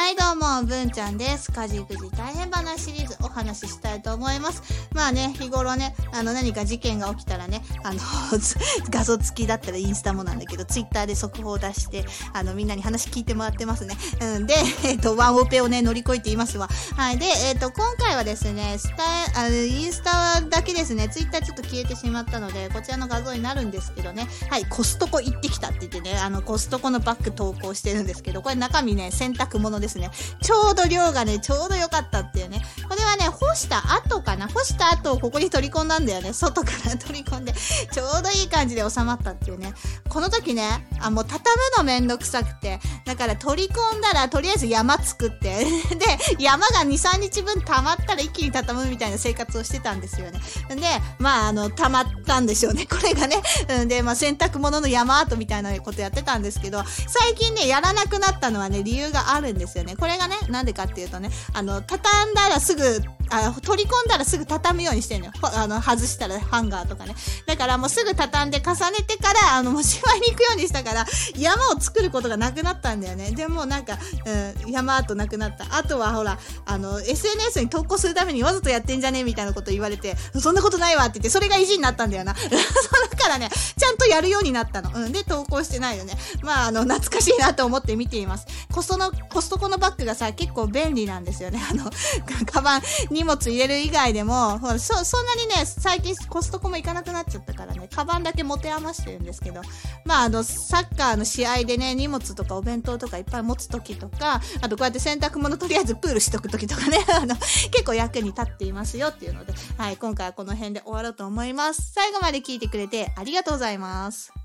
はいどうも、文ちゃんです。家事育児大変話シリーズお話ししたいと思います。まあね、日頃ね、何か事件が起きたらね、画像付きだったらインスタもなんだけど、ツイッターで速報を出して、みんなに話聞いてもらってますね。で、ワンオペをね、乗り越えていますわ。はい。で、今回はですね、インスタだけですね、ツイッターちょっと消えてしまったので、こちらの画像になるんですけどね、はい、コストコ行ってきたって言ってね、コストコのバッグ投稿してるんですけど、これ中身ね、洗濯物ですね。ちょうど量がね、ちょうど良かったっていうね。これはね、干した後をここに取り込んだんだよね。外から取り込んで、ちょうどいい感じで収まったっていうね。この時ね、もう畳むのめんどくさくて、だから取り込んだら、とりあえず山作って、で、山が2、3日分溜まったら一気に畳むみたいな生活をしてたんですよね。で、まあ、溜まったんでしょうね。これがね。で、まあ、洗濯物の山跡みたいなことやってたんですけど、最近ね、やらなくなったのはね、理由があるんですよね。これがね、なんでかっていうとね、畳んだらすぐ、取り込んだらすぐ畳むようにしてんのよ。外したらハンガーとかね。だからもうすぐ畳んで重ねてから、もうしまいに行くようにしたから、山を作ることがなくなったんだよね。でもなんか、山跡なくなった。あとはほら、SNS に投稿するためにわざとやってんじゃねえみたいなこと言われて、そんなことないわって言って、それが意地になったんだよな。だからね、ちゃんとやるようになったの。で、投稿してないよね。まあ、懐かしいなと思って見ています。コストコのバッグがさ、結構便利なんですよね。カバン、荷物入れる以外でも、ほら、そんなにね、最近コストコも行かなくなっちゃったからね、カバンだけ持て余してるんですけど、まあ、サッカーの試合でね、荷物とかお弁当とかいっぱい持つときとか、あとこうやって洗濯物とりあえずプールしとくときとかね、結構役に立っていますよっていうので、はい、今回はこの辺で終わろうと思います。最後まで聞いてくれてありがとうございます。